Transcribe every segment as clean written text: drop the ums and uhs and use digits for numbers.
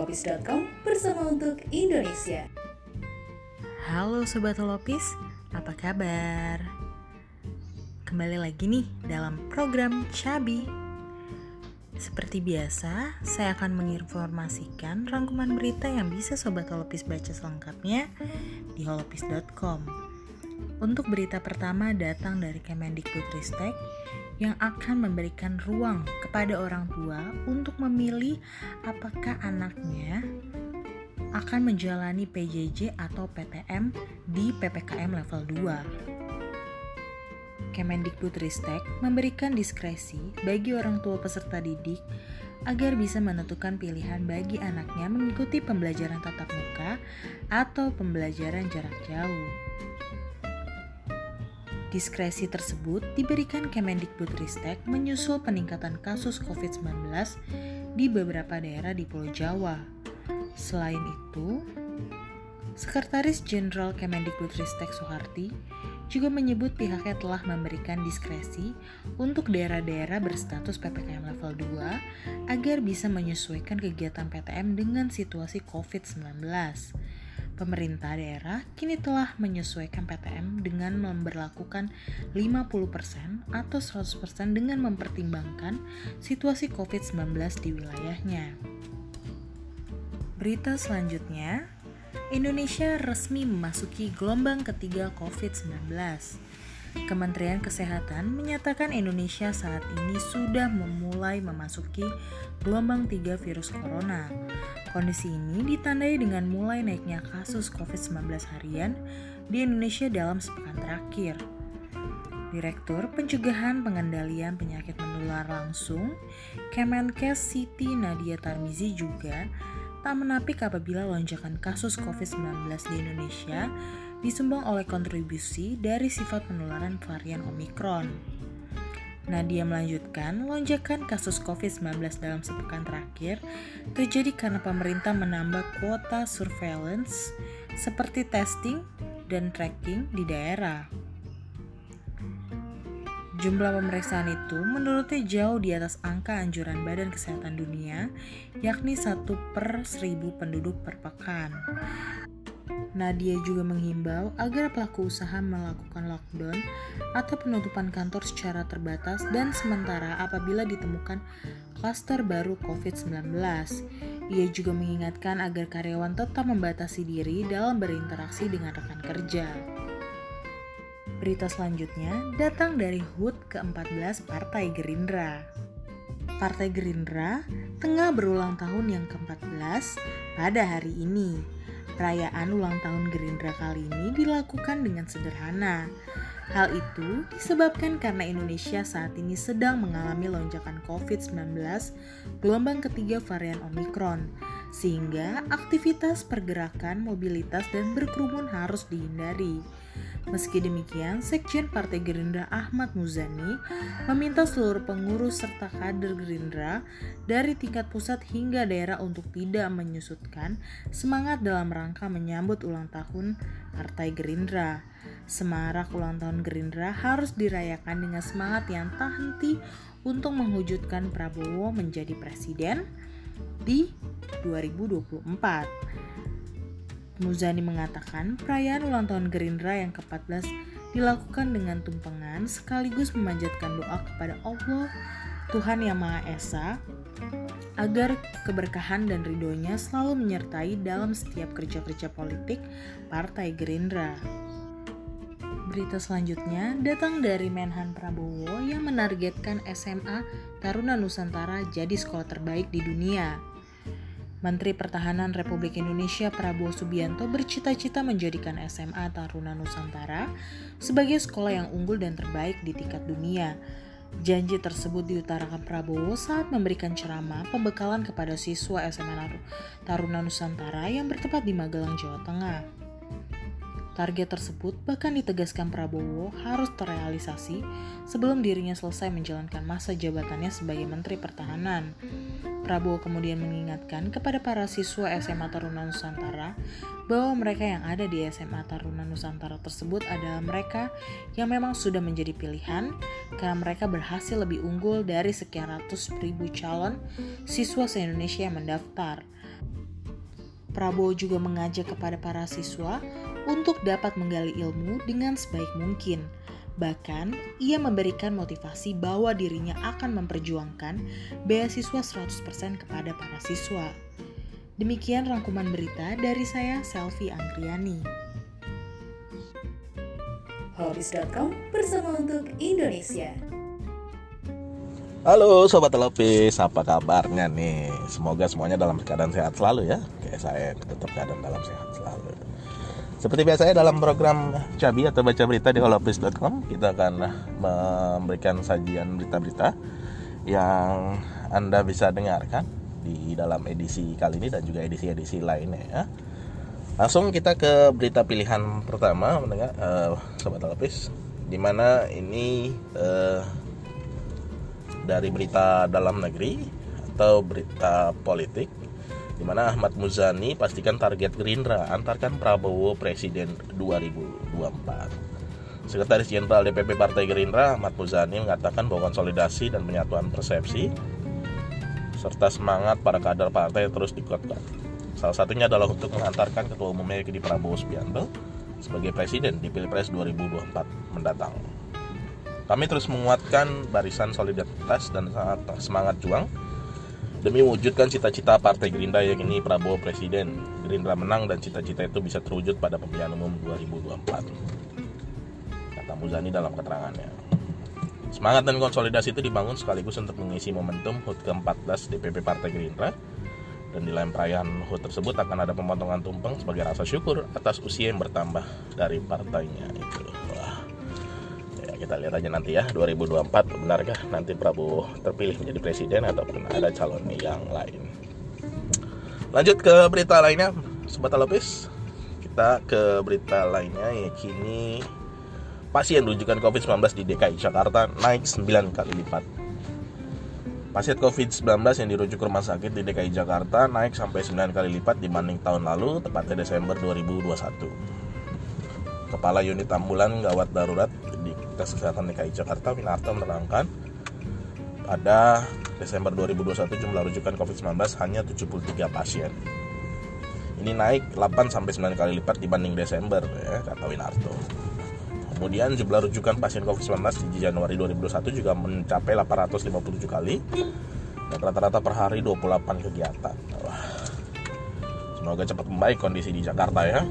holopis.com bersama untuk Indonesia. Halo Sobat Holopis, apa kabar? Kembali lagi nih dalam program Cabi. Seperti biasa, saya akan menginformasikan rangkuman berita yang bisa Sobat Holopis baca selengkapnya di holopis.com. Untuk berita pertama datang dari Kemendikbudristek yang akan memberikan ruang kepada orang tua untuk memilih apakah anaknya akan menjalani PJJ atau PTM di PPKM level 2. Kemendikbudristek memberikan diskresi bagi orang tua peserta didik agar bisa menentukan pilihan bagi anaknya mengikuti pembelajaran tatap muka atau pembelajaran jarak jauh. Diskresi tersebut diberikan Kemendikbudristek menyusul peningkatan kasus COVID-19 di beberapa daerah di Pulau Jawa. Selain itu, Sekretaris Jenderal Kemendikbudristek Soeharti juga menyebut pihaknya telah memberikan diskresi untuk daerah-daerah berstatus PPKM level 2 agar bisa menyesuaikan kegiatan PTM dengan situasi COVID-19. Pemerintah daerah kini telah menyesuaikan PTM dengan memberlakukan 50% atau 100% dengan mempertimbangkan situasi COVID-19 di wilayahnya. Berita selanjutnya, Indonesia resmi memasuki gelombang ketiga COVID-19. Kementerian Kesehatan menyatakan Indonesia saat ini sudah memulai memasuki gelombang 3 virus corona. Kondisi ini ditandai dengan mulai naiknya kasus COVID-19 harian di Indonesia dalam sepekan terakhir. Direktur Pencegahan Pengendalian Penyakit Menular Langsung, Kemenkes Siti Nadia Tarmizi juga tak menapik apabila lonjakan kasus COVID-19 di Indonesia disumbang oleh kontribusi dari sifat penularan varian Omikron. Nadia melanjutkan, lonjakan kasus COVID-19 dalam sepekan terakhir terjadi karena pemerintah menambah kuota surveillance seperti testing dan tracking di daerah. Jumlah pemeriksaan itu menurutnya jauh di atas angka anjuran Badan Kesehatan Dunia, yakni 1/1000 penduduk per pekan. Nadia juga menghimbau agar pelaku usaha melakukan lockdown atau penutupan kantor secara terbatas dan sementara apabila ditemukan klaster baru COVID-19. Ia juga mengingatkan agar karyawan tetap membatasi diri dalam berinteraksi dengan rekan kerja. Berita selanjutnya datang dari HUT ke-14 Partai Gerindra. Partai Gerindra tengah berulang tahun yang ke-14 pada hari ini. Perayaan ulang tahun Gerindra kali ini dilakukan dengan sederhana. Hal itu disebabkan karena Indonesia saat ini sedang mengalami lonjakan COVID-19 gelombang ketiga varian Omikron, sehingga aktivitas pergerakan, mobilitas, dan berkerumun harus dihindari. Meski demikian, Sekjen Partai Gerindra Ahmad Muzani meminta seluruh pengurus serta kader Gerindra dari tingkat pusat hingga daerah untuk tidak menyusutkan semangat dalam rangka menyambut ulang tahun Partai Gerindra. Semarak ulang tahun Gerindra harus dirayakan dengan semangat yang tak henti untuk mewujudkan Prabowo menjadi presiden di 2024. Muzani mengatakan perayaan ulang tahun Gerindra yang ke-14 dilakukan dengan tumpengan sekaligus memanjatkan doa kepada Allah, Tuhan Yang Maha Esa, agar keberkahan dan ridhonya selalu menyertai dalam setiap kerja-kerja politik Partai Gerindra. Berita selanjutnya datang dari Menhan Prabowo yang menargetkan SMA Taruna Nusantara jadi sekolah terbaik di dunia. Menteri Pertahanan Republik Indonesia Prabowo Subianto bercita-cita menjadikan SMA Taruna Nusantara sebagai sekolah yang unggul dan terbaik di tingkat dunia. Janji tersebut diutarakan Prabowo saat memberikan ceramah pembekalan kepada siswa SMA Taruna Nusantara yang bertempat di Magelang, Jawa Tengah. Target tersebut bahkan ditegaskan Prabowo harus terrealisasi sebelum dirinya selesai menjalankan masa jabatannya sebagai Menteri Pertahanan. Prabowo kemudian mengingatkan kepada para siswa SMA Taruna Nusantara bahwa mereka yang ada di SMA Taruna Nusantara tersebut adalah mereka yang memang sudah menjadi pilihan karena mereka berhasil lebih unggul dari sekian ratus ribu calon siswa se-Indonesia yang mendaftar. Prabowo juga mengajak kepada para siswa untuk dapat menggali ilmu dengan sebaik mungkin. Bahkan, ia memberikan motivasi bahwa dirinya akan memperjuangkan beasiswa 100% kepada para siswa. Demikian rangkuman berita dari saya, Selvi Anggriani. Holopis.com bersama untuk Indonesia. Halo Sobat Holopis, apa kabarnya nih? Semoga semuanya dalam keadaan sehat selalu ya. Kayak saya tetap keadaan dalam sehat selalu. Seperti biasanya dalam program Cabi atau Baca Berita di holopis.com, kita akan memberikan sajian berita-berita yang Anda bisa dengarkan di dalam edisi kali ini dan juga edisi-edisi lainnya ya. Langsung kita ke berita pilihan pertama mendengar Sobat Holopis, di mana ini dari berita dalam negeri atau berita politik, di mana Ahmad Muzani pastikan target Gerindra antarkan Prabowo Presiden 2024. Sekretaris Jenderal DPP Partai Gerindra Ahmad Muzani mengatakan bahwa konsolidasi dan penyatuan persepsi serta semangat para kader partai terus dikuatkan. Salah satunya adalah untuk mengantarkan Ketua Umumnya Edi Prabowo Subianto sebagai Presiden di Pilpres 2024 mendatang. Kami terus menguatkan barisan solidaritas dan semangat juang demi mewujudkan cita-cita Partai Gerindra yang ini Prabowo Presiden, Gerindra menang dan cita-cita itu bisa terwujud pada pemilihan umum 2024, kata Muzani dalam keterangannya. Semangat dan konsolidasi itu dibangun sekaligus untuk mengisi momentum HUT ke-14 DPP Partai Gerindra, dan di lain perayaan HUT tersebut akan ada pemotongan tumpeng sebagai rasa syukur atas usia yang bertambah dari partainya itu. Kita lihat aja nanti ya 2024 benarkah nanti Prabowo terpilih menjadi presiden ataupun ada calon yang lain. Lanjut ke berita lainnya Sobat Holopis. Kita ke berita lainnya ya, kini pasien rujukan COVID-19 di DKI Jakarta naik 9 kali lipat. Pasien COVID-19 yang dirujuk ke rumah sakit di DKI Jakarta naik sampai 9 kali lipat dibanding tahun lalu, tepatnya Desember 2021. Kepala Unit Ambulan Gawat Darurat di Dinas Kesehatan DKI Jakarta, Winarto, menerangkan pada Desember 2021 jumlah rujukan COVID-19 hanya 73 pasien. Ini naik 8-9 kali lipat dibanding Desember ya, kata Winarto. Kemudian jumlah rujukan pasien COVID-19 di Januari 2021 juga mencapai 857 kali dan rata-rata per hari 28 kegiatan. Wah, semoga cepat membaik kondisi di Jakarta ya.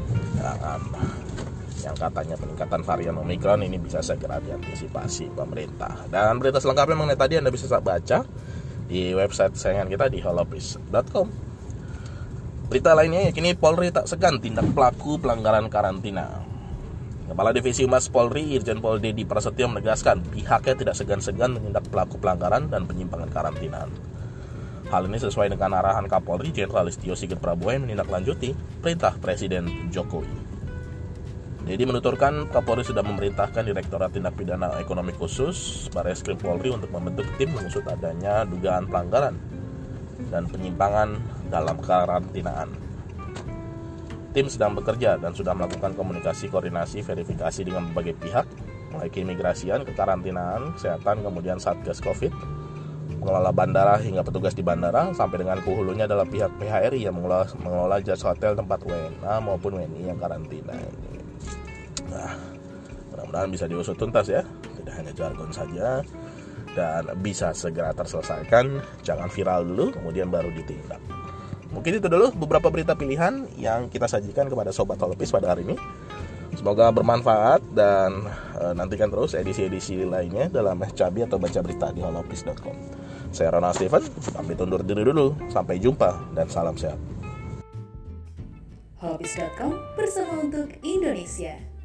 Yang katanya peningkatan varian Omicron ini bisa segera diantisipasi pemerintah. Dan berita selengkapnya mengenai tadi Anda bisa baca di website sayangan kita di holopis.com. Berita lainnya, kini Polri tak segan tindak pelaku pelanggaran karantina. Kepala Divisi Humas Polri Irjen Pol Dedi Prasetyo menegaskan pihaknya tidak segan-segan menindak pelaku pelanggaran dan penyimpangan karantina. Hal ini sesuai dengan arahan Kapolri Jenderal Listio Sigit Prabowo yang menindaklanjuti perintah Presiden Jokowi. Dedi menuturkan Kapolri sudah memerintahkan Direktorat Tindak Pidana Ekonomi Khusus Barreskrim Polri untuk membentuk tim mengusut adanya dugaan pelanggaran dan penyimpangan dalam karantinaan. Tim sedang bekerja dan sudah melakukan komunikasi, koordinasi, verifikasi dengan berbagai pihak, mulai keimigrasian, kekarantinaan, kesehatan, kemudian Satgas Covid, pengelola bandara hingga petugas di bandara, sampai dengan kehulunya adalah pihak PHRI yang mengelola jasa hotel tempat WNA maupun WNI yang karantina ini. Nah, mudah-mudahan bisa diusut tuntas ya, tidak hanya jargon saja, dan bisa segera terselesaikan. Jangan viral dulu, kemudian baru ditindak. Mungkin itu dulu beberapa berita pilihan yang kita sajikan kepada Sobat Holopis pada hari ini. Semoga bermanfaat dan nantikan terus edisi-edisi lainnya dalam Cabi atau Baca Berita di holopis.com. Saya Ronald Steven, pamit undur diri dulu. Sampai jumpa dan salam sehat. Holopis.com bersama untuk Indonesia.